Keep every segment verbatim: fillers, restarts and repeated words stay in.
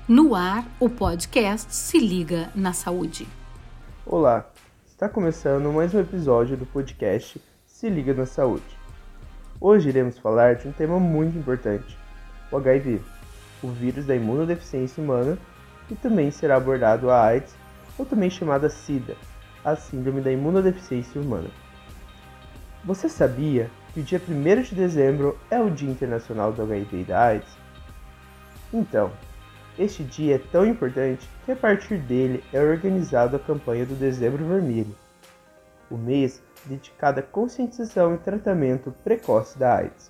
No ar, o podcast Se Liga na Saúde. Olá, está começando mais um episódio do podcast Se Liga na Saúde. Hoje iremos falar de um tema muito importante, o H I V, o vírus da imunodeficiência humana, e também será abordado a AIDS, ou também chamada SIDA, a Síndrome da Imunodeficiência Humana. Você sabia que o dia primeiro de dezembro é o Dia Internacional do H I V e da AIDS? Então, este dia é tão importante que a partir dele é organizada a campanha do Dezembro Vermelho, o mês dedicado à conscientização e tratamento precoce da AIDS.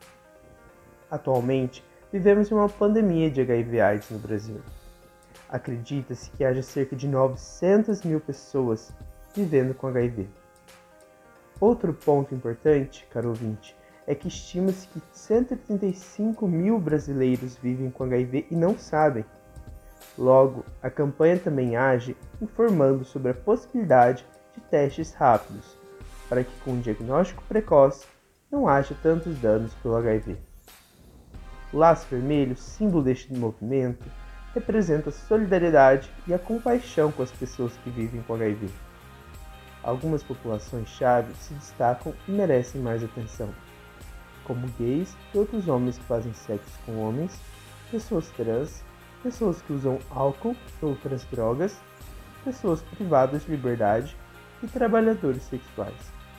Atualmente, vivemos em uma pandemia de H I V AIDS no Brasil. Acredita-se que haja cerca de novecentas mil pessoas vivendo com H I V. Outro ponto importante, caro ouvinte, é que estima-se que cento e trinta e cinco mil brasileiros vivem com H I V e não sabem. Logo, a campanha também age informando sobre a possibilidade de testes rápidos, para que com um diagnóstico precoce não haja tantos danos pelo H I V. O laço vermelho, símbolo deste movimento, representa a solidariedade e a compaixão com as pessoas que vivem com H I V. Algumas populações-chave se destacam e merecem mais atenção, como gays e outros homens que fazem sexo com homens, pessoas trans, pessoas que usam álcool e outras drogas, pessoas privadas de liberdade e trabalhadores sexuais.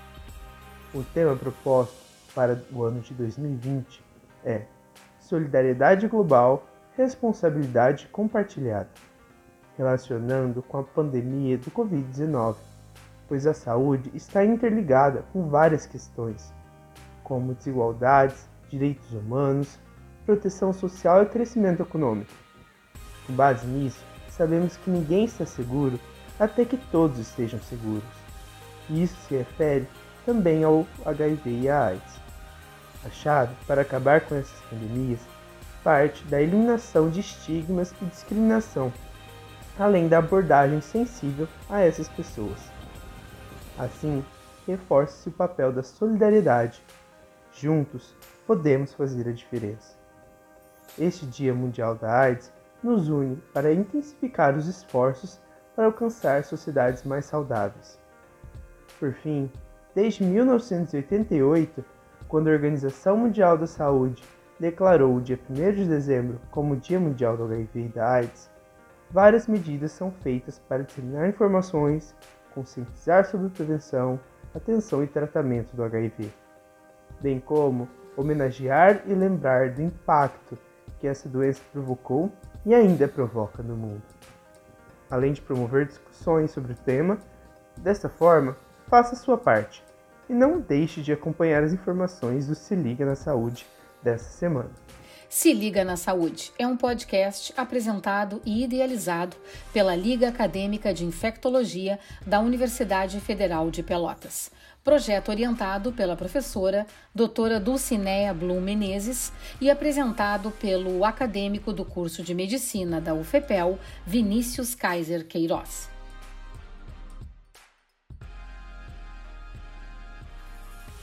O tema proposto para o ano de dois mil e vinte é Solidariedade Global, Responsabilidade Compartilhada, relacionando com a pandemia do covid dezenove, pois a saúde está interligada com várias questões, como desigualdades, direitos humanos, proteção social e crescimento econômico. Com base nisso, sabemos que ninguém está seguro até que todos estejam seguros. E isso se refere também ao H I V e à AIDS. A chave para acabar com essas pandemias parte da eliminação de estigmas e discriminação, além da abordagem sensível a essas pessoas. Assim, reforça-se o papel da solidariedade. Juntos, podemos fazer a diferença. Este Dia Mundial da AIDS nos une para intensificar os esforços para alcançar sociedades mais saudáveis. Por fim, desde mil novecentos e oitenta e oito, quando a Organização Mundial da Saúde declarou o dia primeiro de dezembro como Dia Mundial do H I V e da AIDS, várias medidas são feitas para disseminar informações, conscientizar sobre prevenção, atenção e tratamento do H I V, bem como homenagear e lembrar do impacto que essa doença provocou e ainda provoca no mundo. Além de promover discussões sobre o tema, dessa forma, faça a sua parte e não deixe de acompanhar as informações do Se Liga na Saúde dessa semana. Se Liga na Saúde é um podcast apresentado e idealizado pela Liga Acadêmica de Infectologia da Universidade Federal de Pelotas. Projeto orientado pela professora doutora Dulcinéia Blum Menezes e apresentado pelo acadêmico do curso de Medicina da U F P E L, Vinícius Kaiser Queiroz.